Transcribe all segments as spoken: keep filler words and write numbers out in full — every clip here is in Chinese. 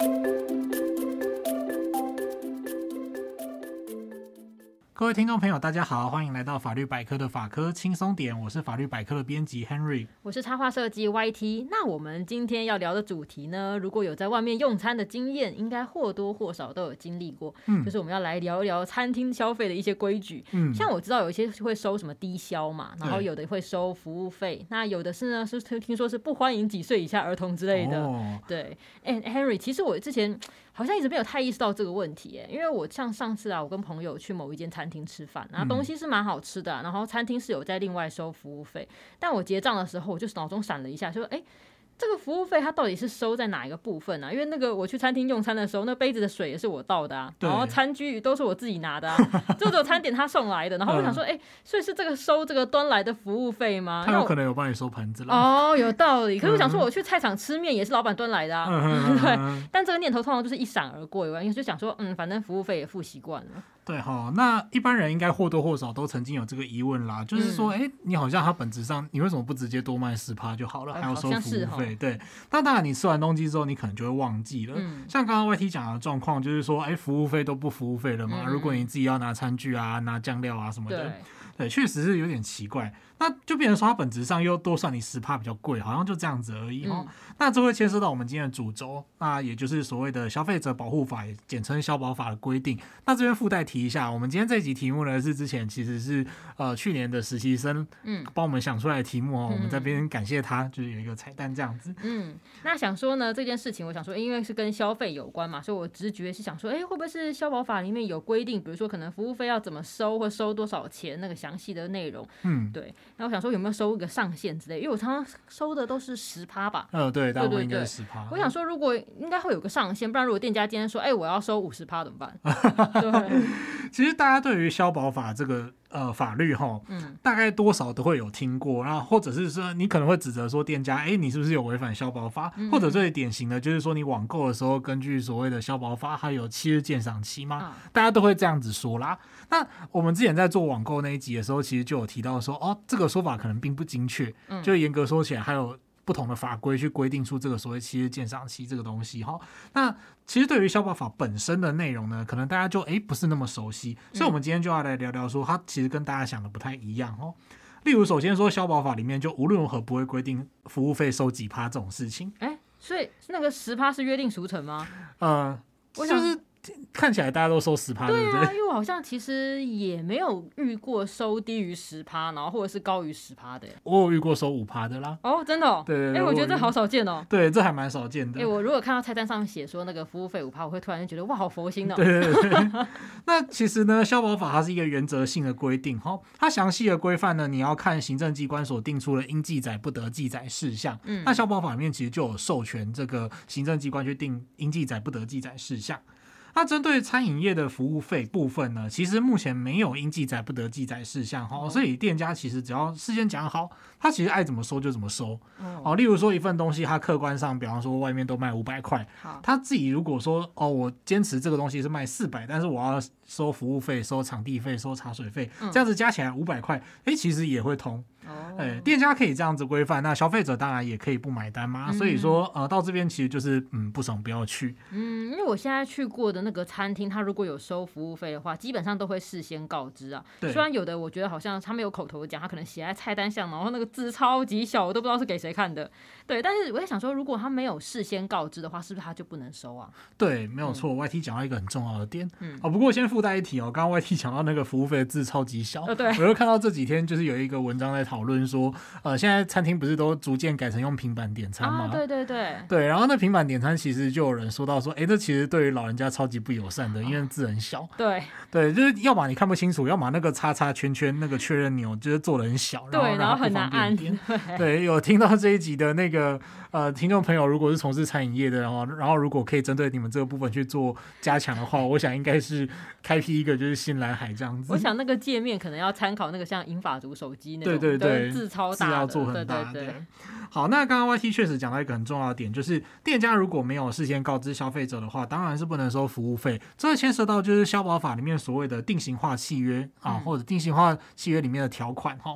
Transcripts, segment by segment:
各位听众朋友大家好，欢迎来到法律百科的法科轻松点，我是法律百科的编辑 Henry， 我是插画设计 Y T。 那我们今天要聊的主题呢，如果有在外面用餐的经验，应该或多或少都有经历过、嗯、就是我们要来聊一聊餐厅消费的一些规矩、嗯、像我知道有一些会收什么低消嘛，然后有的会收服务费，那有的是呢是听说是不欢迎几岁以下儿童之类的、哦、对、欸、Henry 其实我之前好像一直没有太意识到这个问题、欸、因为我像上次啊，我跟朋友去某一间餐厅吃饭，然后东西是蛮好吃的、啊嗯、然后餐厅是有在另外收服务费，但我结账的时候我就脑中闪了一下，说哎、欸这个服务费它到底是收在哪一个部分啊？因为那个我去餐厅用餐的时候，那杯子的水也是我倒的啊，然后餐具都是我自己拿的啊，就只有餐点他送来的。然后我想说，哎、嗯欸，所以是这个收这个端来的服务费吗？ 他有可能有帮你收盘子了。 哦，有道理。可是我想说，我去菜场吃面也是老板端来的啊，嗯、对。但这个念头通常就是一闪而过，因为就想说，嗯，反正服务费也付习惯了。 对哈，那一般人应该或多或少都曾经有这个疑问啦，就是说，哎、嗯欸，你好像它本质上，你为什么不直接多卖 百分之十 就好了，还要收服务费？对，但当然你吃完东西之后，你可能就会忘记了。嗯、像刚刚 Y T 讲的状况，就是说，哎、欸，服务费都不服务费了嘛、嗯？如果你自己要拿餐具啊、拿酱料啊什么的，对，确实是有点奇怪。那就变成说它本质上又多算你 百分之十 比较贵，好像就这样子而已、嗯、那这会牵涉到我们今天的主轴，那也就是所谓的消费者保护法，也简称消保法的规定。那这边附带提一下，我们今天这集题目呢是之前其实是呃去年的实习生帮我们想出来的题目、哦嗯、我们在这边感谢他，就是有一个彩蛋这样子。 嗯，那想说呢这件事情，我想说因为是跟消费有关嘛，所以我直觉是想说，哎，会不会是消保法里面有规定，比如说可能服务费要怎么收，或收多少钱，那个详细的内容。嗯，对。那我想说有没有收一个上限之类，因为我常常收的都是 百分之十 吧。 呃，对，大部分应该是 百分之十。 我想说如果应该会有个上限，不然如果店家今天说，哎，我要收 百分之五十 怎么办？对， 其实大家对于消保法这个呃法律哈、嗯，大概多少都会有听过，然后或者是说你可能会指责说店家，哎，你是不是有违反消保法？嗯、或者最典型的就是说你网购的时候，根据所谓的消保法，还有七日鉴赏期嘛、嗯，大家都会这样子说啦。那我们之前在做网购那一集的时候，其实就有提到说，哦，这个说法可能并不精确，嗯、就严格说起来，还有不同的法规去规定出这个所谓七日鉴赏期这个东西哈。那其实对于消保法本身的内容呢，可能大家就哎不是那么熟悉，所以我们今天就要来聊聊说，它其实跟大家想的不太一样哦。例如，首先说消保法里面就无论如何不会规定服务费收几趴这种事情。 哎，所以那个 百分之十 是约定俗成吗？ 呃，就是看起来大家都收 百分之十， 对不对？ 对啊，因为我好像其实也没有遇过收低于 百分之十， 然后或者是高于 百分之十 的。 我有遇过收 百分之五 的啦。 哦，真的哦？ 对对对。 哎，我觉得这好少见哦。 对，这还蛮少见的。 哎，我如果看到菜单上写说那个服务费 百分之五， 我会突然觉得哇，好佛心哦。 对对对。那其实呢，消保法它是一个原则性的规定，它详细的规范呢，你要看行政机关所定出的应记载不得记载事项。嗯。那消保法里面其实就有授权这个行政机关去定应记载不得记载事项。那针对餐饮业的服务费部分呢，其实目前没有应记载不得记载事项、哦、所以店家其实只要事先讲好，他其实爱怎么收就怎么收、哦、例如说一份东西他客观上比方说外面都卖五百块，他自己如果说哦，我坚持这个东西是卖四百，但是我要收服务费、收场地费、收茶水费、嗯、这样子加起来五百块，诶，其实也会通。哦欸、店家可以这样子规范，那消费者当然也可以不买单嘛。嗯、所以说，呃，到这边其实就是嗯，不爽不要去。 嗯，因为我现在去过的那个餐厅，他如果有收服务费的话，基本上都会事先告知啊。虽然有的我觉得好像他没有口头讲，他可能写在菜单上，然后那个字超级小，我都不知道是给谁看的。对，但是我在想说，如果他没有事先告知的话，是不是他就不能收啊？ 对，没有错。嗯、Y T 讲到一个很重要的点。嗯。哦，不过先附带一提哦，刚刚 Y T 讲到那个服务费的字超级小。呃，对。我又看到这几天就是有一个文章在讨论说。呃，现在餐厅不是都逐渐改成用平板点餐吗？ 啊，对对对， 对。然后那平板点餐其实就有人说到说，哎，这其实对于老人家超级不友善的，因为字很小。 对对，就是要么你看不清楚，要么那个叉叉圈圈那个确认钮就是做得很小， 对，然后, 然后很难按。 对, 对，有听到这一集的那个呃听众朋友，如果是从事餐饮业的，然后然后如果可以针对你们这个部分去做加强的话，我想应该是开辟一个就是新蓝海这样子。 我想那个界面可能要参考那个像银发族手机那种， 对对对， 字超大的， 字要做很大。 对对对。 好，那刚刚 Y T 确实讲到一个很重要的点，就是店家如果没有事先告知消费者的话，当然是不能收服务费。这会牵涉到就是消保法里面所谓的定型化契约啊，或者定型化契约里面的条款哈。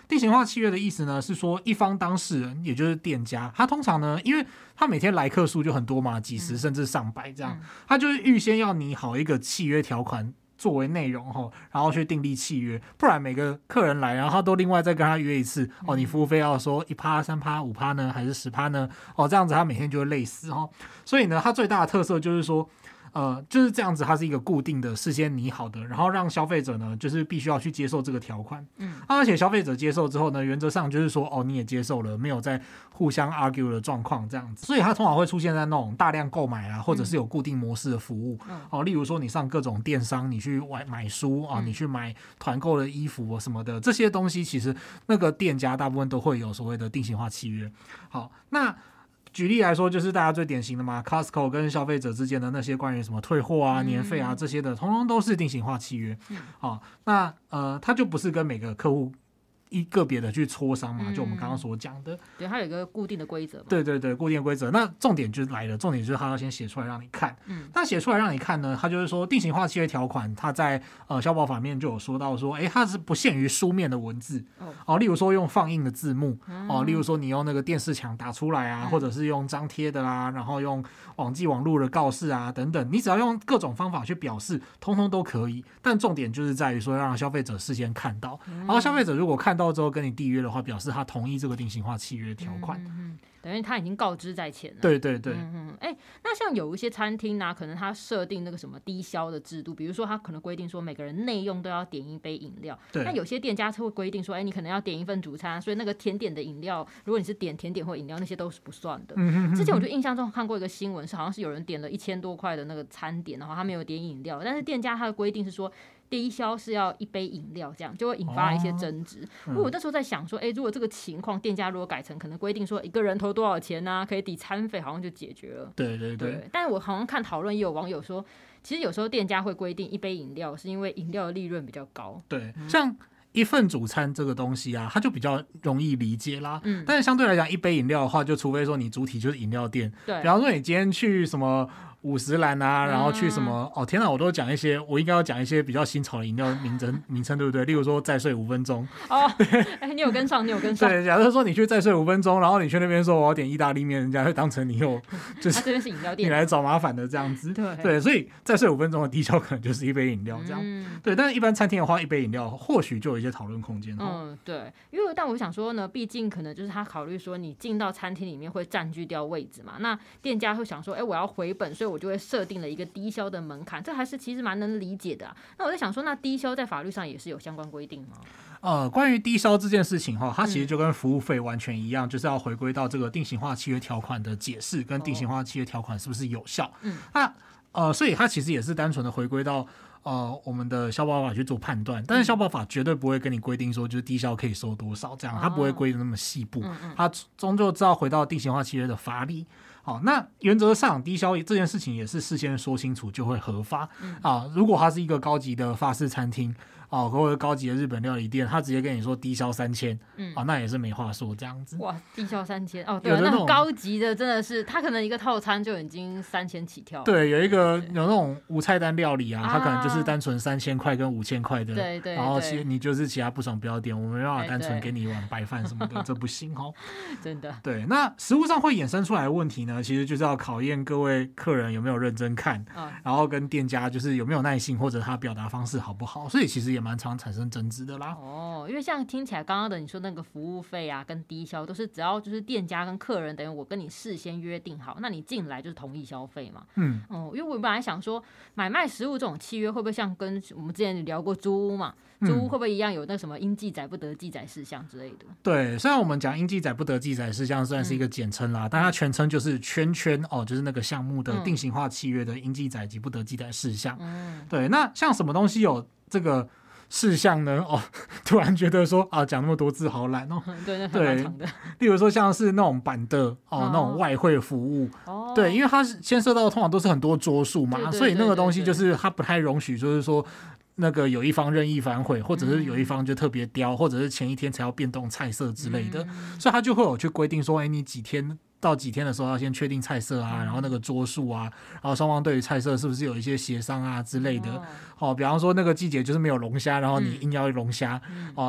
定型化契约的意思呢，是说一方当事人，也就是店家，他通常呢，因为他每天来客数就很多嘛，几十甚至上百这样，他就是预先要拟好一个契约条款作为内容，然后去订立契约，不然每个客人来，然后他都另外再跟他约一次哦，你服务费要说一趴、三趴、五趴呢，还是十趴呢？哦，这样子他每天就会累死哦。所以呢，他最大的特色就是说。呃，就是这样子，它是一个固定的、事先拟好的，然后让消费者呢，就是必须要去接受这个条款。嗯，而且消费者接受之后呢，原则上就是说，哦，你也接受了，没有在互相 argue 的状况这样子。所以它通常会出现在那种大量购买啊，或者是有固定模式的服务。嗯、哦，例如说你上各种电商，你去买买书啊，你去买团购的衣服什么的，这些东西其实那个店家大部分都会有所谓的定型化契约。好，那。举例来说，就是大家最典型的嘛 ，Costco 跟消费者之间的那些关于什么退货啊、年费啊这些的，通通都是定型化契约。嗯，好，那呃，它就不是跟每个客户一个别的去磋商嘛，就我们刚刚所讲的， 对，它有一个固定的规则嘛。 对对对，固定的规则。那重点就是来了，重点就是他要先写出来让你看。嗯，那写出来让你看呢，他就是说定型化契约条款，它在呃消保法面就有说到说，哎，它是不限于书面的文字哦，哦，例如说用放映的字幕、嗯、哦，例如说你用那个电视墙打出来啊，嗯、或者是用张贴的啦，然后用网际网路的告示啊等等，你只要用各种方法去表示，通通都可以。但重点就是在于说，要让消费者事先看到，嗯、然后消费者如果看到之后跟你缔约的话，表示他同意这个定型化契约条款。嗯嗯，等于他已经告知在前了。 对对对。 嗯嗯，哎、欸，那像有一些餐厅呢、啊，可能他设定那个什么低消的制度，比如说他可能规定说每个人内用都要点一杯饮料。对。那有些店家会规定说，哎、欸，你可能要点一份主餐，所以那个甜点的饮料，如果你是点甜点或饮料，那些都是不算的。嗯哼哼。之前我就印象中看过一个新闻，是好像是有人点了一千多块的那个餐点，然后他没有点饮料，但是店家他的规定是说。低消是要一杯饮料，这样就会引发一些争执。哦、我那时候在想说，哎、欸，如果这个情况，店家如果改成可能规定说一个人投多少钱啊，可以抵餐费，好像就解决了。 对对 对, 对。但是我好像看讨论也有网友说，其实有时候店家会规定一杯饮料，是因为饮料的利润比较高。 对，嗯、像。一份主餐这个东西啊，它就比较容易理解啦。嗯，但是相对来讲，一杯饮料的话，就除非说你主体就是饮料店，对，比方说你今天去什么五十兰啊，然后去什么、嗯、哦天哪，我都讲一些，我应该要讲一些比较新潮的饮料名称名称，对不对？例如说再睡五分钟。哦， 哎、欸，你有跟上，你有跟上。 对，假设说你去再睡五分钟，然后你去那边说我要点意大利面，人家会当成你有就是这边是饮料店， 你来找麻烦的这样子。对对，所以再睡五分钟的低消可能就是一杯饮料这样。嗯、对，但是一般餐厅的话，一杯饮料或许就有一些讨论空间。 嗯，对，因为但我想说呢，毕竟可能就是他考虑说你进到餐厅里面会占据掉位置嘛，那店家会想说，哎、欸，我要回本，所以我就会设定了一个低消的门槛，这还是其实蛮能理解的、啊。那我在想说，那低消在法律上也是有相关规定吗？ 呃，关于低消这件事情哈，它其实就跟服务费完全一样，嗯、就是要回归到这个定型化契约条款的解释，跟定型化契约条款是不是有效。嗯，那呃，所以它其实也是单纯的回归到。呃，我们的消保法去做判断，但是消保法绝对不会跟你规定说，就是低消可以收多少这样，它不会规定那么细部，它终究知道回到定型化契约的法理。好，那原则上低消这件事情也是事先说清楚就会合法、嗯、啊。如果它是一个高级的法式餐厅啊，或者高级的日本料理店，他直接跟你说低消三千，嗯啊，那也是没话说这样子。 哇，低消三千哦，对、啊，那种高级的真的是，他可能一个套餐就已经三千起跳。 对，有一个有那种无菜单料理啊，他可能就是单纯三千块跟五千块的， 对对。 然后其你就是其他不爽不要点，我们没办法单纯给你一碗白饭什么的，这不行哦。 真的。 对，那实务上会衍生出来的问题呢，其实就是要考验各位客人有没有认真看，嗯、然后跟店家就是有没有耐心，或者他表达方式好不好，所以其实也蛮常产生争执的啦。 哦，因为像听起来刚刚的你说那个服务费啊跟低消都是只要就是店家跟客人等于我跟你事先约定好，那你进来就是同意消费嘛。嗯，哦，因为我本来想说买卖食物这种契约会不会像跟我们之前聊过租屋嘛，租屋会不会一样有那什么应记载不得记载事项之类的？ 对，虽然我们讲应记载不得记载事项虽然是一个简称啦，嗯、但它全称就是圈圈哦，就是那个项目的定型化契约的应记载及不得记载事项。嗯，对，那像什么东西有这个事项呢？哦，突然觉得说啊，讲那么多字好懒哦。 对，那很蛮长的。 例如说像是那种版的哦，哦那种外汇服务，哦，对，因为它牵涉到通常都是很多桌数嘛，对对对对对，所以那个东西就是它不太容许，就是说。那个有一方任意反悔，或者是有一方就特别刁，或者是前一天才要变动菜色之类的，嗯、所以他就会有去规定说，哎，你几天到几天的时候要先确定菜色啊，然后那个桌数啊，然后双方对于菜色是不是有一些协商啊之类的。哦，比方说那个季节就是没有龙虾，然后你硬要龙虾，嗯、哦，那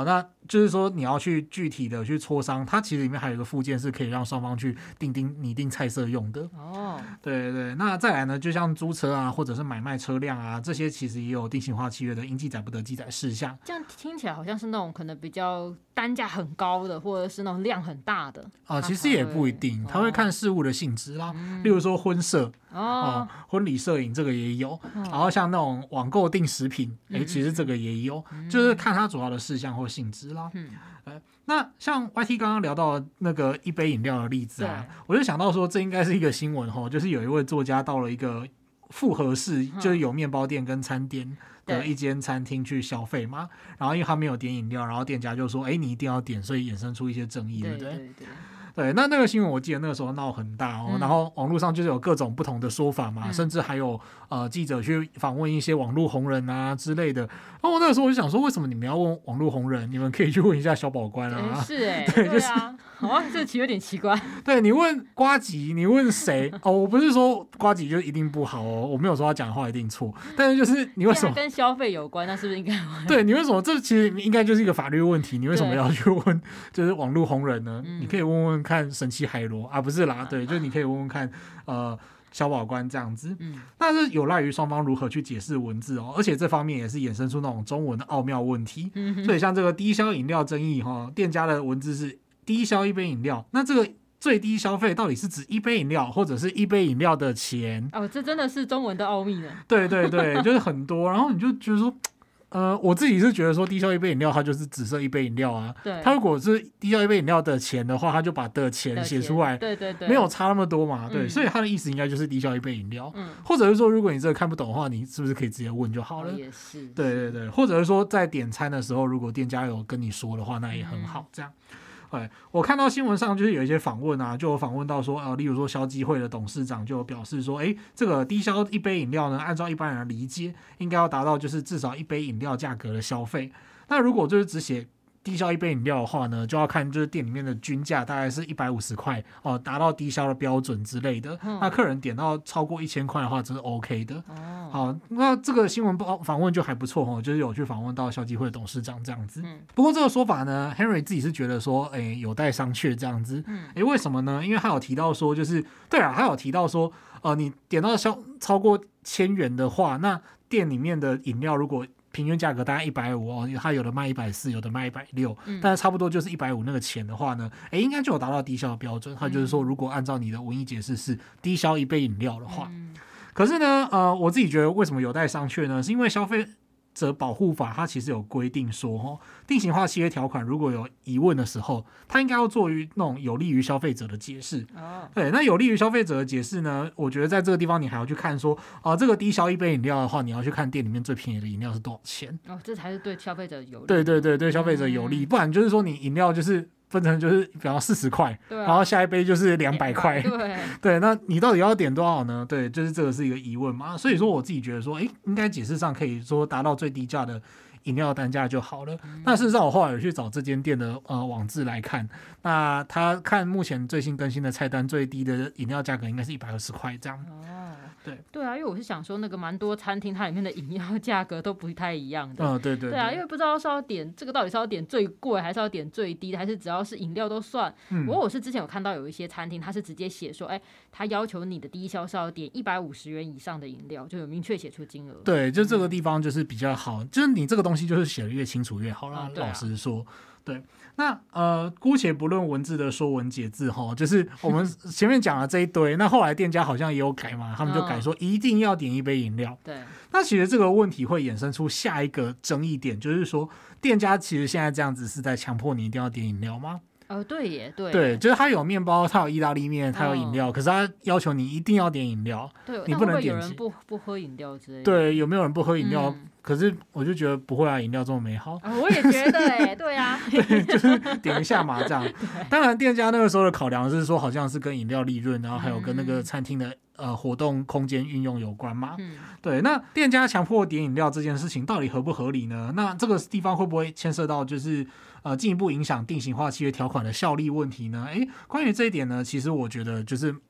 就是说你要去具体的去磋商，它其实里面还有一个附件是可以让双方去定定拟定菜色用的。 哦， 对对，那再来呢，就像租车啊，或者是买卖车辆啊，这些其实也有定型化契约的应记载不得记载事项。 这样听起来好像是那种可能比较单价很高的，或者是那种量很大的啊、呃，其实也不一定，他会看事物的性质啦。 嗯、 例如说婚摄哦、 呃，婚礼摄影这个也有， 哦、 然后像那种网购订食品，哎、嗯，其实这个也有，嗯、就是看它主要的事项或性质啦。嗯，呃，那像 Y T 刚刚聊到那个一杯饮料的例子啊，我就想到说，这应该是一个新闻哈，就是有一位作家到了一个复合式，就是有面包店跟餐点的一间餐厅去消费嘛，然后因为他没有点饮料，然后店家就说，哎，你一定要点，所以衍生出一些争议，对不对？对对对。对，那那个新闻我记得那个时候闹很大哦，嗯、然后网络上就是有各种不同的说法嘛，嗯、甚至还有呃记者去访问一些网络红人啊之类的。然后我那个时候我就想说，为什么你们要问网络红人？你们可以去问一下小保官啊。 欸、是哎、欸， 对，就是、 啊，好像这其实有点奇怪。 对你问呱吉，你问谁？哦，我不是说呱吉就一定不好哦，我没有说他讲的话一定错，但是就是你为什么跟消费有关？那是不是应该？ 对，你为什么这其实应该就是一个法律问题？你为什么要去问就是网络红人呢？你可以问问看神奇海螺啊，不是啦，对，就你可以问问看呃消保官这样子。嗯，但是有赖于双方如何去解释文字哦，而且这方面也是衍生出那种中文的奥妙问题。嗯，所以像这个低消饮料争议哈，店家的文字是低消一杯饮料，那这个最低消费到底是指一杯饮料，或者是一杯饮料的钱？ 哦，这真的是中文的奥秘呢。 对对对，就是很多，然后你就觉得说。呃，我自己是觉得说低消一杯饮料，它就是只设一杯饮料啊。对。它如果是低消一杯饮料的钱的话，它就把的钱写出来。 对对对。 没有差那么多嘛，对。嗯、所以它的意思应该就是低消一杯饮料。嗯。或者是说，如果你这个看不懂的话，你是不是可以直接问就好了？ 哦、也是。 对对对，或者是说在点餐的时候，如果店家有跟你说的话，那也很好，嗯、这样。对，我看到新闻上就是有一些访问啊，就有访问到说，呃，例如说消基会的董事长就有表示说，哎，这个低消一杯饮料呢，按照一般人的理解，应该要达到就是至少一杯饮料价格的消费。那如果就是只写低消一杯饮料的话呢，就要看就是店里面的均价大概是一百五十块哦，达到低消的标准之类的。嗯、那客人点到超过一千块的话，这是 OK 的。哦，好，那这个新闻访问就还不错哦，就是有去访问到消基会董事长这样子。嗯、不过这个说法呢 ，Henry 自己是觉得说，哎，有待商榷这样子。嗯，哎，为什么呢？因为他有提到说，就是对啊，他有提到说，呃，你点到消超过千元的话，那店里面的饮料如果平均价格大概一百五哦，它有的卖一百四，有的卖一百六，但是差不多就是一百五那个钱的话呢，哎，应该就有达到低消的标准。它就是说，如果按照你的文义解释是低消一杯饮料的话，嗯、可是呢，呃，我自己觉得为什么有待商榷呢？是因为消费者保护法它其实有规定说，哦，定型化契约条款如果有疑问的时候，它应该要做于那种有利于消费者的解释。哦，对，那有利于消费者的解释呢，我觉得在这个地方你还要去看说，啊、呃，这个低消一杯饮料的话，你要去看店里面最便宜的饮料是多少钱。 哦，这才是对消费者有利。 对对对，对消费者有利，嗯、不然就是说你饮料就是分成就是比方四十块，啊、然后下一杯就是两百块， 对对，那你到底要点多少呢？对，就是这个是一个疑问嘛。所以说我自己觉得说，哎，应该解释上可以说达到最低价的饮料单价就好了。嗯、那事实上我后来有去找这间店的呃网志来看，那他看目前最新更新的菜单，最低的饮料价格应该是一百二十块这样。哦，对对啊，因为我是想说那个蛮多餐厅它里面的饮料价格都不太一样的。 嗯，对 对, 对, 对啊，因为不知道是要点这个到底是要点最贵，还是要点最低的，还是只要是饮料都算。嗯、不过我是之前有看到有一些餐厅，它是直接写说，哎，他要求你的低消是要点一百五十元以上的饮料，就有明确写出金额。 对，就这个地方就是比较好，嗯、就是你这个东西就是写的越清楚越好啦。嗯啊、老实说，对。那呃，姑且不论文字的说文解字哈，就是我们前面讲了这一堆，那后来店家好像也有改嘛，他们就改说一定要点一杯饮料。 对、嗯， 那其实这个问题会衍生出下一个争议点，就是说店家其实现在这样子是在强迫你一定要点饮料吗？ 哦，对耶，对耶， 对，就是他有面包，他有意大利面，他有饮料，哦、可是他要求你一定要点饮料， 对， 你不能点。 会不会有人不不喝饮料之类的？ 对，有没有人不喝饮料？嗯、可是我就觉得不会啊，饮料这么美好。 哦、我也觉得哎，对啊， 对，就是点一下嘛，这样。当然，店家那个时候的考量是说，好像是跟饮料利润，然后还有跟那个餐厅的。呃，活动空间运用有关嘛？嗯，对。那店家强迫点饮料这件事情到底合不合理呢？那这个地方会不会牵涉到就是呃进一步影响定型化契约条款的效力问题呢？诶，关于这一点呢，其实我觉得就是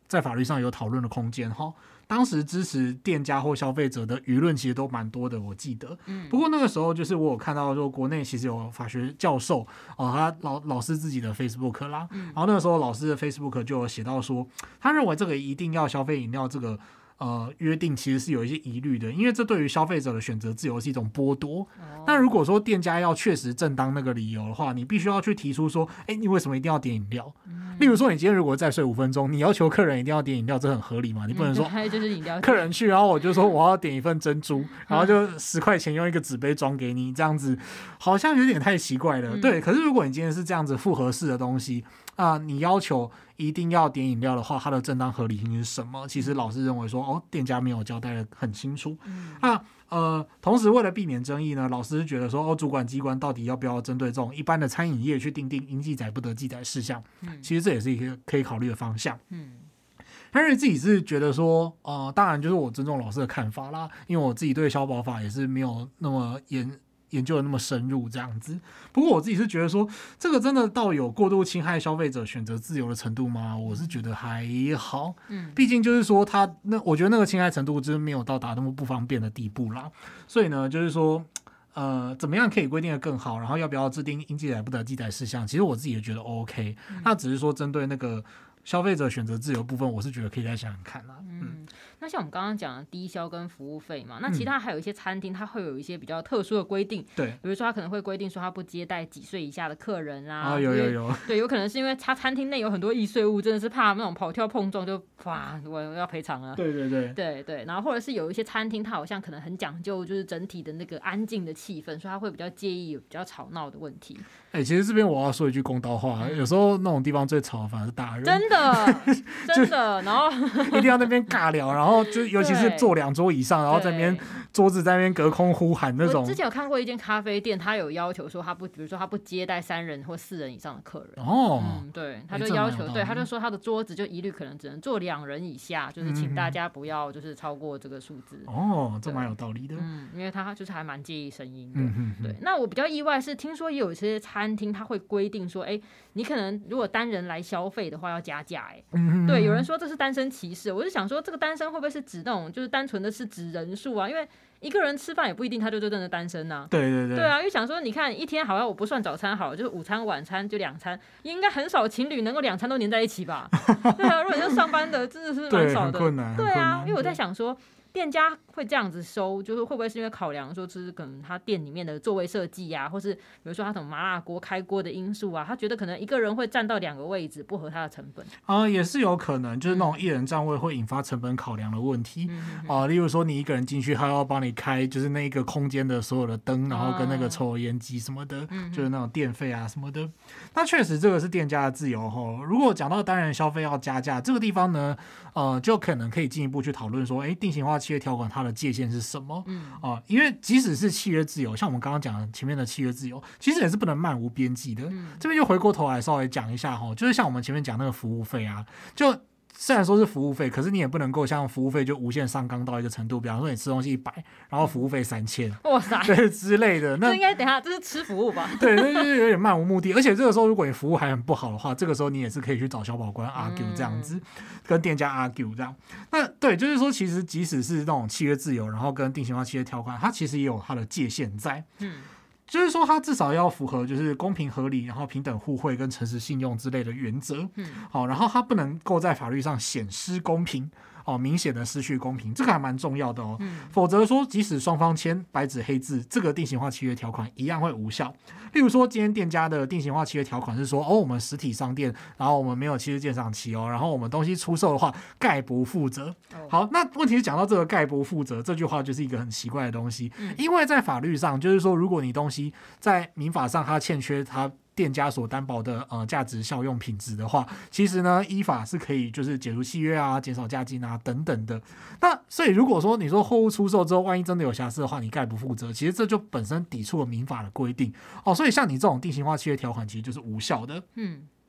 在法律上有讨论的空间哈。当时支持店家或消费者的舆论其实都蛮多的，我记得。嗯、不过那个时候就是我有看到说国内其实有法学教授哦，他老老师自己的 Facebook 啦，嗯、然后那个时候老师的 Facebook 就有写到说，他认为这个一定要消费饮料这个。呃，约定其实是有一些疑虑的，因为这对于消费者的选择自由是一种剥夺。哦、那如果说店家要确实正当那个理由的话，你必须要去提出说，哎，你为什么一定要点饮料？嗯、例如说，你今天如果再睡五分钟，你要求客人一定要点饮料，这很合理嘛？你不能说， 嗯、就是饮料客人去，然后我就说我要点一份珍珠，然后就十块钱用一个纸杯装给你，这样子好像有点太奇怪了。嗯、对，可是如果你今天是这样子复合式的东西啊、呃，你要求一定要点饮料的话，它的正当合理性是什么？其实老师认为说，哦，店家没有交代的很清楚。嗯、那呃，同时为了避免争议呢，老师觉得说，哦，主管机关到底要不要针对这种一般的餐饮业去订定应记载不得记载事项？嗯、其实这也是一个可以考虑的方向。嗯。Henry 自己是觉得说，呃，当然就是我尊重老师的看法啦，因为我自己对消保法也是没有那么严。研究的那么深入这样子，不过我自己是觉得说，这个真的到有过度侵害消费者选择自由的程度吗？我是觉得还好，嗯，毕竟就是说他那我觉得那个侵害程度就是没有到达那么不方便的地步啦，所以呢，就是说。呃，怎么样可以规定的更好？然后要不要制定应记载不得记载事项？其实我自己也觉得 OK，、嗯、那只是说针对那个消费者选择自由部分，我是觉得可以再想想看啦。嗯， 嗯那像我们刚刚讲的低消跟服务费嘛，那其他还有一些餐厅，它会有一些比较特殊的规定，对、嗯，比如说它可能会规定说它不接待几岁以下的客人啦， 啊，有有有， 对，有可能是因为它餐厅内有很多易碎物，真的是怕那种跑跳碰撞就哇，我要赔偿了。 对对对， 对对，然后或者是有一些餐厅，它好像可能很讲究，就是整体的那个安静的气氛，所以它会比较介意有比较吵闹的问题。 哎、欸，其实这边我要说一句公道话，嗯、有时候那种地方最吵的反而是大人， 真的真的，然后一定要那边尬聊，然后就尤其是坐两桌以上，然后在那边桌子在那边隔空呼喊那种。 我之前有看过一间咖啡店，他有要求说他不，比如说他不接待三人或四人以上的客人。 哦， 嗯，对，他就要求，欸、对，他就说他的桌子就一律可能只能坐两人以下，就是请大家不要就是超过这个数字。 哦，这蛮有道理的。 嗯，因为他就是还蛮介意声音的。嗯哼哼对，那我比较意外是听说也有一些餐厅他会规定说，哎、欸，你可能如果单人来消费的话要加价，哎，嗯，对，有人说这是单身歧视，我就想说这个单身会不会是指那种就是单纯的是指人数啊？因为一个人吃饭也不一定他就真的单身啊。 对对对。 对啊，因为想说你看一天好像我不算早餐好了，就是午餐晚餐就两餐，应该很少情侣能够两餐都黏在一起吧？对啊，如果你要上班的真的是蛮少的。 对，很困难。 对啊，因为我在想说。店家会这样子收，就是会不会是因为考量说，就是可能他店里面的座位设计啊，或是比如说他什么麻辣锅开锅的因素啊，他觉得可能一个人会占到两个位置，不合他的成本啊、呃，也是有可能，就是那种一人占位会引发成本考量的问题啊、呃。例如说你一个人进去，他要帮你开就是那个空间的所有的灯，然后跟那个抽油烟机什么的，嗯、就是那种电费啊什么的。那确实这个是店家的自由哈。如果讲到单人消费要加价，这个地方呢，呃，就可能可以进一步去讨论说，哎，定型化契约条款它的界限是什么？嗯啊、呃，因为即使是契约自由，像我们刚刚讲的前面的契约自由，其实也是不能漫无边际的。嗯、这边就回过头来稍微讲一下哈，就是像我们前面讲那个服务费啊，就。虽然说是服务费，可是你也不能够像服务费就无限上纲到一个程度，比方说你吃东西一百，然后服务费三千， 哇塞， 对之类的。那这应该等一下这是吃服务吧？ 对，那就是有点漫无目的。而且这个时候如果你服务还很不好的话，这个时候你也是可以去找消保官 argue 这样子，嗯、跟店家 argue 这样。那对，就是说其实即使是那种契约自由，然后跟定型化契约条款，它其实也有它的界限在。嗯。就是说，它至少要符合就是公平合理，然后平等互惠跟诚实信用之类的原则。嗯，好，然后它不能够在法律上显失公平。哦，明显的失去公平，这个还蛮重要的哦。嗯、否则说，即使双方签白纸黑字，这个定型化契约条款一样会无效。例如说，今天店家的定型化契约条款是说，哦，我们实体商店，然后我们没有七日鉴赏期哦，然后我们东西出售的话，概不负责。哦、好，那问题是讲到这个概不负责这句话，就是一个很奇怪的东西，嗯、因为在法律上，就是说，如果你东西在民法上它欠缺它。店家所担保的呃价值效用品质的话，其实呢依法是可以就是解除契约啊、减少价金啊等等的。那所以如果说你说货物出售之后，万一真的有瑕疵的话，你概不负责，其实这就本身抵触了民法的规定哦。所以像你这种定型化契约条款，其实就是无效的。嗯。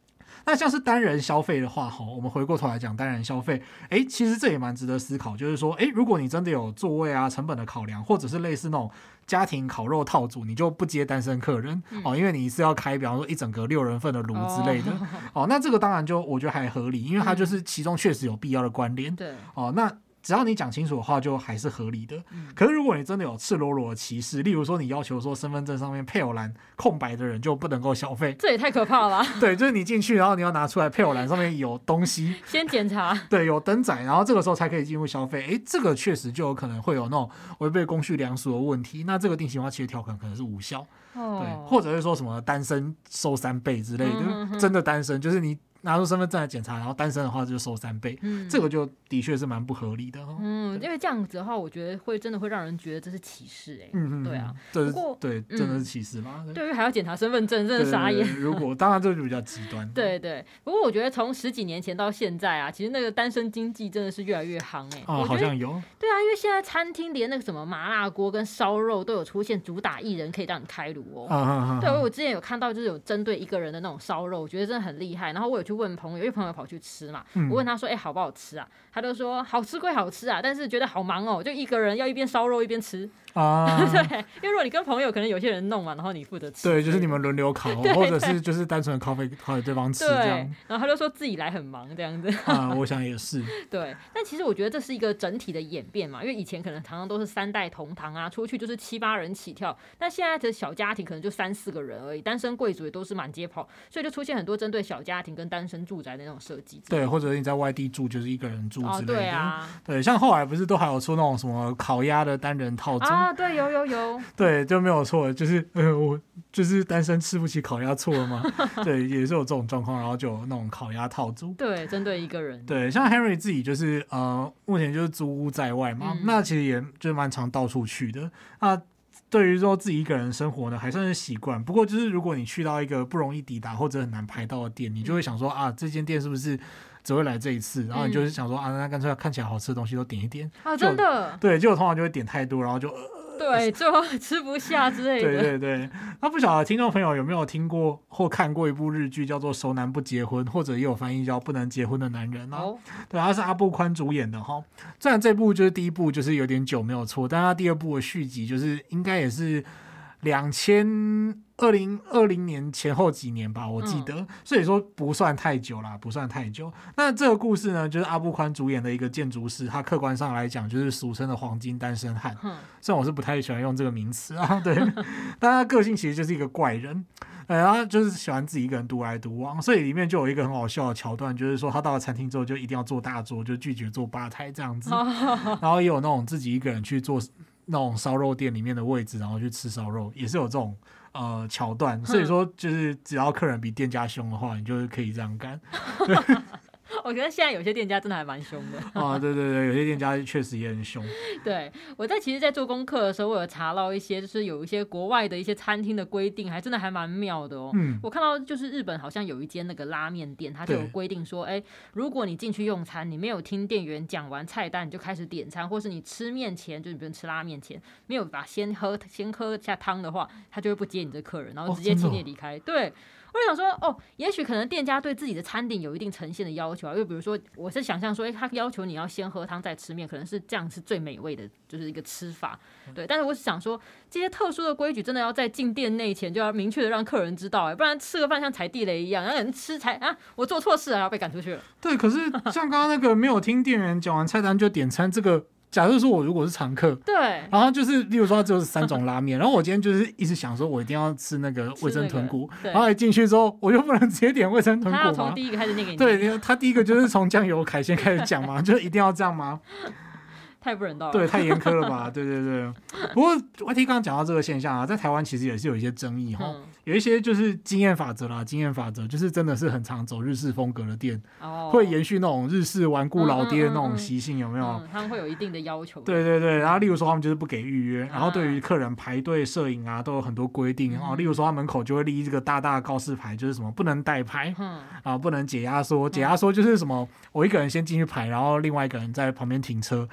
那像是单人消费的话，我们回过头来讲单人消费，哎，其实这也蛮值得思考，就是说，哎，如果你真的有座位啊、成本的考量，或者是类似那种家庭烤肉套组，你就不接单身客人、嗯、哦，因为你是要开，比方说一整个六人份的炉之类的、哦, 哦，那这个当然就我觉得还合理，因为它就是其中确实有必要的关联。对、嗯，哦，那。只要你讲清楚的话，就还是合理的、嗯。可是如果你真的有赤裸裸的歧视，例如说你要求说身份证上面配偶栏空白的人就不能够消费， 这也太可怕了吧。 对，就是你进去，然后你要拿出来配偶栏上面有东西， 先检查，对， 有登载，然后这个时候才可以进入消费。哎，这个确实就有可能会有那种违背公序良俗的问题。那这个定型化契约条款可能是无效，哦、对，或者是说什么单身收三倍之类的，嗯、哼哼真的单身就是你。拿出身份证来检查，然后单身的话就收三倍、嗯，这个就的确是蛮不合理的、哦。 嗯，因为这样子的话，我觉得会真的会让人觉得这是歧视哎、欸。嗯嗯，对啊， 不过对，真的是歧视嘛？ 嗯、对，因为还要检查身份证，真的傻眼。 对对对，如果当然这就比较极端。 对对，不过我觉得从十几年前到现在啊，其实那个单身经济真的是越来越夯哎、欸。 哦，好像有。 对啊，因为现在餐厅连那个什么麻辣锅跟烧肉都有出现主打一人可以让你开炉哦。啊啊啊对，我之前有看到就是有针对一个人的那种烧肉，我觉得真的很厉害。然后我有去问朋友，因为朋友跑去吃嘛，嗯、我问他说：“哎、欸，好不好吃啊？”他就说：“好吃归好吃啊，但是觉得好忙哦，就一个人要一边烧肉一边吃啊。”对，因为如果你跟朋友，可能有些人弄嘛，然后你负责吃。 对，就是你们轮流烤，或者是就是单纯的烤给烤给对方吃这样。 然后他就说自己来很忙这样子。 啊，我想也是。 对，但其实我觉得这是一个整体的演变嘛，因为以前可能常常都是三代同堂啊，出去就是七八人起跳，但现在的小家庭可能就三四个人而已，单身贵族也都是满街跑，所以就出现很多针对小家庭跟单身住宅的那种设计。 对，或者你在外地住就是一个人住之类的。哦、对啊， 对，像后来不是都还有出那种什么烤鸭的单人套组啊？对，有有有。 对，就没有错，就是呃，我就是单身吃不起烤鸭错了吗？对，也是有这种状况，然后就有那种烤鸭套组。 对，针对一个人。 对，像 Henry 自己就是呃，目前就是租屋在外嘛，嗯、那其实也就蛮常到处去的。那对于说自己一个人生活呢，还算是习惯。不过就是如果你去到一个不容易抵达或者很难排到的店，你就会想说啊，这间店是不是只会来这一次？然后你就是想说、嗯、啊，那干脆看起来好吃的东西都点一点啊，真的。 对，结果通常就会点太多，然后就。呃对，就吃不下之类的。 对对对，那不晓得听众朋友有没有听过或看过一部日剧，叫做《熟男不结婚》，或者也有翻译叫《不能结婚的男人》啊。哦、对，他是阿部宽主演的哈。虽然这部就是第一部就是有点久没有错，但他第二部的续集就是应该也是两千二零二零年前后几年吧，我记得、嗯，所以说不算太久啦，不算太久。那这个故事呢，就是阿部宽主演的一个建筑师，他客观上来讲就是俗称的黄金单身汉。嗯、虽然我是不太喜欢用这个名词啊，对，但他个性其实就是一个怪人，然后就是喜欢自己一个人独来独往，所以里面就有一个很好笑的桥段，就是说他到了餐厅之后就一定要坐大桌，就拒绝坐吧台这样子，然后也有那种自己一个人去做那种烧肉店里面的位置，然后去吃烧肉，也是有这种。呃，桥段，所以说就是只要客人比店家凶的话，你就可以这样干。 我觉得现在有些店家真的还蛮凶的啊，对对对，有些店家确实也很凶。 对，我在其实，在做功课的时候，我有查到一些，就是有一些国外的一些餐厅的规定，还真的还蛮妙的哦。嗯，我看到就是日本好像有一间那个拉面店，它就有规定说，哎，如果你进去用餐，你没有听店员讲完菜单，你就开始点餐，或是你吃面前，就你比如吃拉面前，没有把先喝先喝下汤的话，他就会不接你这客人，然后直接请你离开。哦、对。我就想说，哦，也许可能店家对自己的餐点有一定呈现的要求啊，因为比如说，我是想象说，哎，他要求你要先喝汤再吃面，可能是这样是最美味的，就是一个吃法，对。但是我是想说，这些特殊的规矩真的要在进店内前就要明确的让客人知道，哎，不然吃个饭像踩地雷一样，让人吃才啊，我做错事了，然后被赶出去了。 对，可是像刚刚那个没有听店员讲完菜单就点餐这个。假设说我如果是常客， 对， 然后就是例如说它只有三种拉面，然后我今天就是一直想说我一定要吃那个味噌豚骨，那個、然后一进去之后我就不能直接点味噌豚骨吗？ 他要从第一个开始念给你。 对，他第一个就是从酱油海鲜开始讲嘛，就一定要这样吗？ 太不人道了， 对，太严苛了吧？对对对。不过 Y T 刚刚讲到这个现象啊，在台湾其实也是有一些争议哈、嗯，有一些就是经验法则啦，经验法则就是真的是很常走日式风格的店，哦、会延续那种日式顽固老爹的那种习性，有没有、 嗯嗯嗯？他们会有一定的要求。 对对对，然后例如说他们就是不给预约，然后对于客人排队摄影啊，都有很多规定哦。例如说他门口就会立这个大大的告示牌，就是什么不能代排，嗯、啊，不能解压缩，解压缩就是什么我一个人先进去排，然后另外一个人在旁边停车，嗯、然后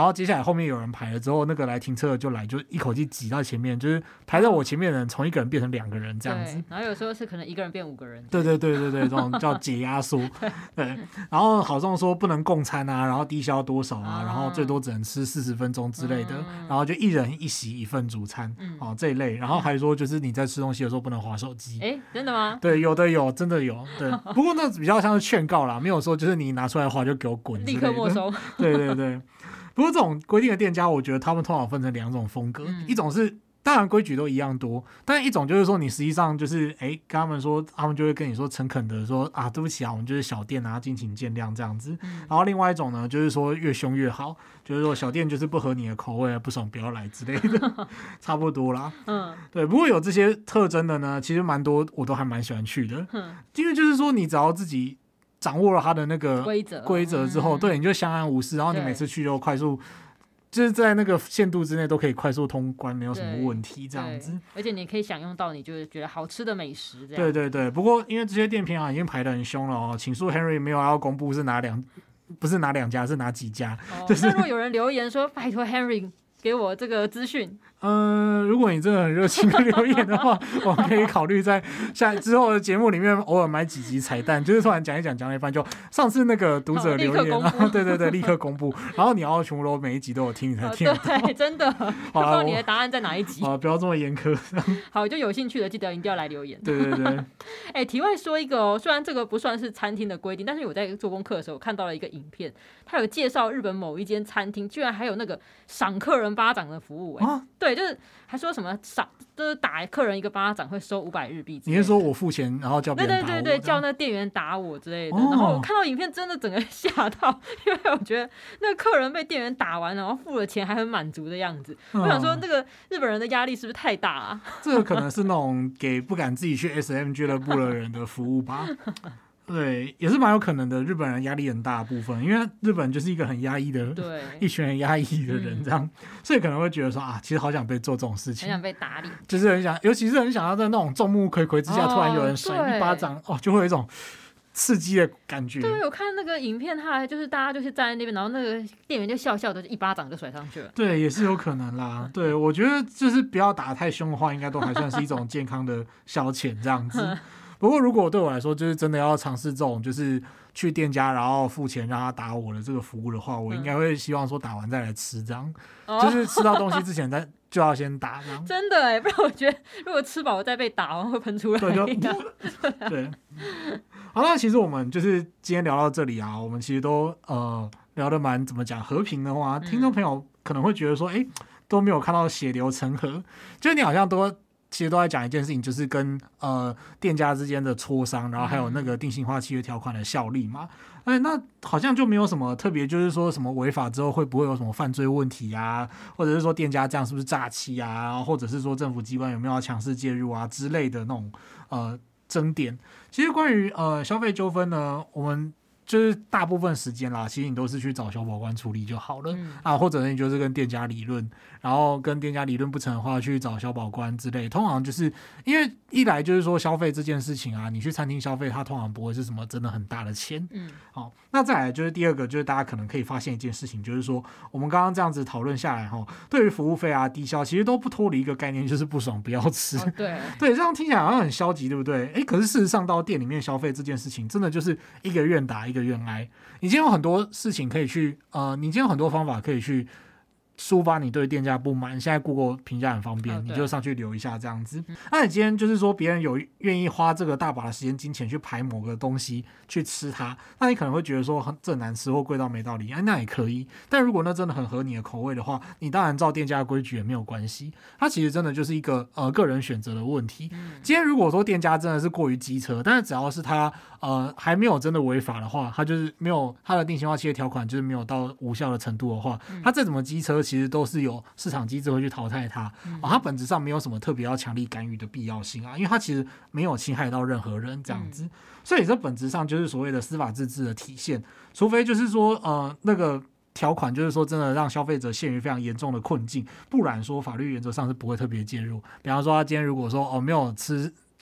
然后接下来后面有人排了之后，那个来停车的就来就一口气挤到前面，就是排在我前面的人从一个人变成两个人这样子。 然后有时候是可能一个人变五个人。 对对对对对，这种叫解压缩。对，然后好像说不能共餐啊，然后低消多少啊，然后最多只能吃四十分钟之类的，然后就一人一席一份主餐，哦这一类，然后还说就是你在吃东西的时候不能滑手机。 哎，真的吗？ 对，有的有，真的有。对，不过那比较像是劝告啦，没有说就是你拿出来滑就给我滚， 立刻没收。 对对对。不过这种规定的店家，我觉得他们通常分成两种风格，嗯、一种是当然规矩都一样多，但一种就是说你实际上就是哎跟他们说，他们就会跟你说诚恳的说啊对不起啊，我们就是小店啊，敬请见谅这样子。嗯、然后另外一种呢，就是说越凶越好，就是说小店就是不合你的口味，不爽不要来之类的，差不多啦。嗯，对。不过有这些特征的呢，其实蛮多我都还蛮喜欢去的，嗯、因为就是说你只要自己掌握了他的那个规则规则之后，嗯、对，你就相安无事，然后你每次去就快速，就是在那个限度之内都可以快速通关，没有什么问题，这样子。 而且你可以享用到你就是觉得好吃的美食，这样。 对对对，不过因为这些店平常已经排得很凶了哦，请恕 Henry 没有要公布是哪两，不是哪两家，是哪几家。 哦、 就是那如果有人留言说拜托 Henry 给我这个资讯。 嗯、呃，如果你真的很热情的留言的话，我们可以考虑在下之后的节目里面偶尔买几集彩蛋，就是突然讲一讲讲一半，就上次那个读者留言， 哦、 对对对，立刻公布，然后你要全部都每一集都有听，你才听得到。 哦、对，真的，不知道你的答案在哪一集。 啊，不要这么严苛。 好，就有兴趣的记得一定要来留言。 对对对。 哎、欸，题外说一个哦，虽然这个不算是餐厅的规定，但是我在做功课的时候看到了一个影片，它有介绍日本某一间餐厅居然还有那个赏客人巴掌的服务、欸。哎、啊，对，就是还说什么赏，就是打客人一个巴掌会收五百日币。 你是说我付钱，然后叫别人打我？ 对对对对，叫那店员打我之类的。哦、然后我看到影片真的整个吓到，因为我觉得那个客人被店员打完，然后付了钱还很满足的样子。嗯、我想说，那个日本人的压力是不是太大啊？ 这个可能是那种给不敢自己去 S M 俱乐部的人的服务吧。对，也是蛮有可能的。日本人压力很大的部分，因为日本就是一个很压抑的，对，一群很压抑的人，这样，嗯、所以可能会觉得说啊，其实好想被做这种事情， 很想被打脸， 就是很想，尤其是很想要在那种众目睽睽之下，哦、突然有人甩一巴掌，哦，就会有一种刺激的感觉。 对，我看那个影片，他还就是大家就是站在那边，然后那个店员就笑笑的，一巴掌就甩上去了。 对，也是有可能啦。对，我觉得就是不要打太凶的话，应该都还算是一种健康的消遣这样子。不过，如果对我来说，就是真的要尝试这种，就是去店家然后付钱让他打我的这个服务的话，我应该会希望说打完再来吃，这样，嗯、就是吃到东西之前再就要先打，这样。 真的哎，不然我觉得如果吃饱再被打，会喷出来。 对，就对。好，那其实我们就是今天聊到这里啊，我们其实都呃聊得蛮怎么讲和平的话，听众朋友可能会觉得说，哎、欸，都没有看到血流成河，就是你好像都。其实都在讲一件事情，就是跟呃店家之间的磋商，然后还有那个定型化契约条款的效力嘛。哎，那好像就没有什么特别，就是说什么违法之后会不会有什么犯罪问题啊，或者是说店家这样是不是诈欺啊，或者是说政府机关有没有要强势介入啊之类的那种呃争点。其实关于呃消费纠纷呢，我们。就是大部分时间啦，其实你都是去找消保官处理就好了、嗯、啊，或者你就是跟店家理论，然后跟店家理论不成的话，去找消保官之类。通常就是因为一来就是说消费这件事情啊，你去餐厅消费，它通常不会是什么真的很大的钱。嗯，好，那再来就是第二个，就是大家可能可以发现一件事情，就是说我们刚刚这样子讨论下来哈，对于服务费啊、低消，其实都不脱离一个概念，就是不爽不要吃。 哦、对对，这样听起来好像很消极，对不对？哎，可是事实上到店里面消费这件事情，真的就是一个愿打一个愿挨。你今天有很多事情可以去，呃，你今天有很多方法可以去抒发你对店家不满。现在 Google 评价很方便， oh, 你就上去留一下这样子。嗯、那你今天就是说别人有愿意花这个大把的时间金钱去排某个东西去吃它，那你可能会觉得说这难吃或贵到没道理，哎，那也可以。但如果那真的很合你的口味的话，你当然照店家的规矩也没有关系。它其实真的就是一个呃个人选择的问题。嗯、今天如果说店家真的是过于机车，但是只要是他呃还没有真的违法的话，他就是没有他的定型化契约条款就是没有到无效的程度的话，嗯、他再怎么机车其实都是有市场机制会去淘汰它，嗯哦，它本质上没有什么特别要强力干预的必要性啊，因为它其实没有侵害到任何人这样子，嗯、所以这本质上就是所谓的司法自治的体现，除非就是说呃那个条款就是说真的让消费者陷于非常严重的困境，不然说法律原则上是不会特别介入。比方说他今天如果说哦没有吃。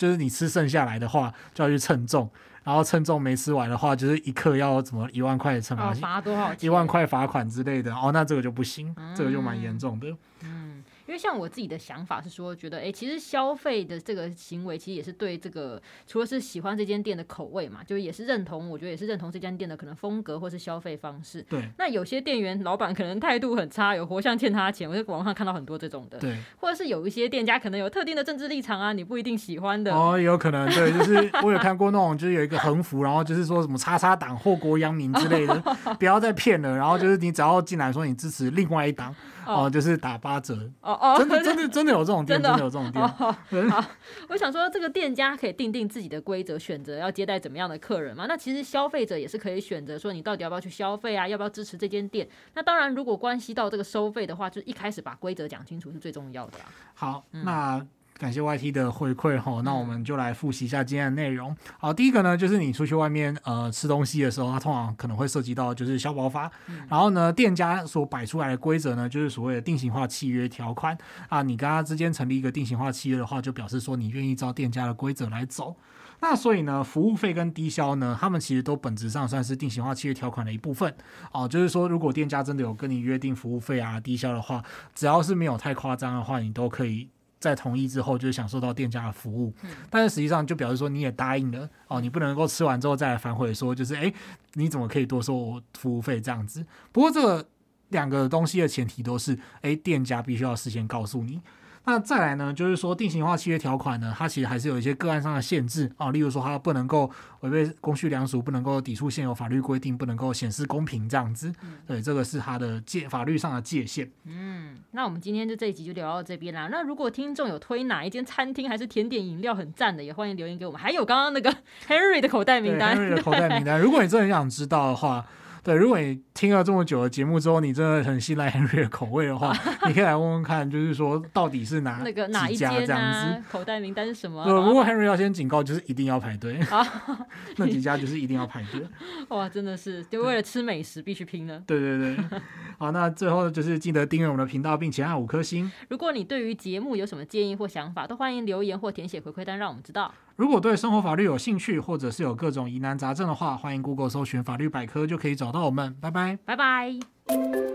就是你吃剩下来的话就要去称重，然后称重没吃完的话，就是一克要怎么一万块的惩罚， 罚多少钱？ 一万块罚款之类的。哦，那这个就不行，嗯、这个就蛮严重的。 嗯，因为像我自己的想法是说，觉得哎、欸，其实消费的这个行为，其实也是对这个除了是喜欢这间店的口味嘛，就也是认同，我觉得也是认同这间店的可能风格或是消费方式。 对。 那有些店员老板可能态度很差，有活像欠他钱，我在网上看到很多这种的。 对。 或者是有一些店家可能有特定的政治立场啊，你不一定喜欢的。 哦，有可能对，就是我有看过那种，就是有一个横幅，然后就是说什么叉叉党祸国殃民之类的，不要再骗了。然后就是你只要进来说你支持另外一党，哦、呃，就是打八折。哦哦，真的真的真的有这种店，真的有这种店。 哦、好，我想说这个店家可以定定自己的规则，选择要接待怎么样的客人嘛。那其实消费者也是可以选择说你到底要不要去消费啊，要不要支持这间店。那当然，如果关系到这个收费的话，就一开始把规则讲清楚是最重要的啊。 好，嗯、那。感谢 Y T 的回馈吼，那我们就来复习一下今天的内容。好，第一个呢，就是你出去外面呃吃东西的时候，它通常可能会涉及到就是消保法，嗯、然后呢，店家所摆出来的规则呢，就是所谓的定型化契约条款啊。你跟他之间成立一个定型化契约的话，就表示说你愿意照店家的规则来走。那所以呢，服务费跟低消呢，他们其实都本质上算是定型化契约条款的一部分哦。就是说，如果店家真的有跟你约定服务费啊、低消的话，只要是没有太夸张的话，你都可以在同意之后就是享受到店家的服务，嗯、但是实际上就表示说你也答应了哦，你不能够吃完之后再来反悔说就是哎，你怎么可以多收我服务费这样子？不过这个两个东西的前提都是哎，店家必须要事先告诉你。那再来呢，就是说定型化契约条款呢，它其实还是有一些个案上的限制啊，例如说它不能够违背公序良俗，不能够抵触现有法律规定，不能够显示公平这样子。嗯、对，这个是它的界法律上的界限。 嗯，那我们今天就这一集就聊到这边啦。那如果听众有推哪一间餐厅还是甜点饮料很赞的，也欢迎留言给我们。还有刚刚那个 Henry 的口袋名单 ，Henry 的口袋名单，如果你真的很想知道的话。对，如果你听了这么久的节目之后，你真的很信赖 Henry 的口味的话，你可以来问问看，就是说到底是哪那个哪一家这样子？ 啊、口袋名单是什么？ 对，不过 Henry 要先警告，就是一定要排队。那几家就是一定要排队。 哇，真的是就为了吃美食必须拼了。 对对对。好，那最后就是记得订阅我们的频道，并且按五颗星。 如果你对于节目有什么建议或想法，都欢迎留言或填写回馈单，让我们知道。 如果对生活法律有兴趣，或者是有各种疑难杂症的话，欢迎 Google 搜寻法律百科就可以找到我们。拜拜， 拜拜。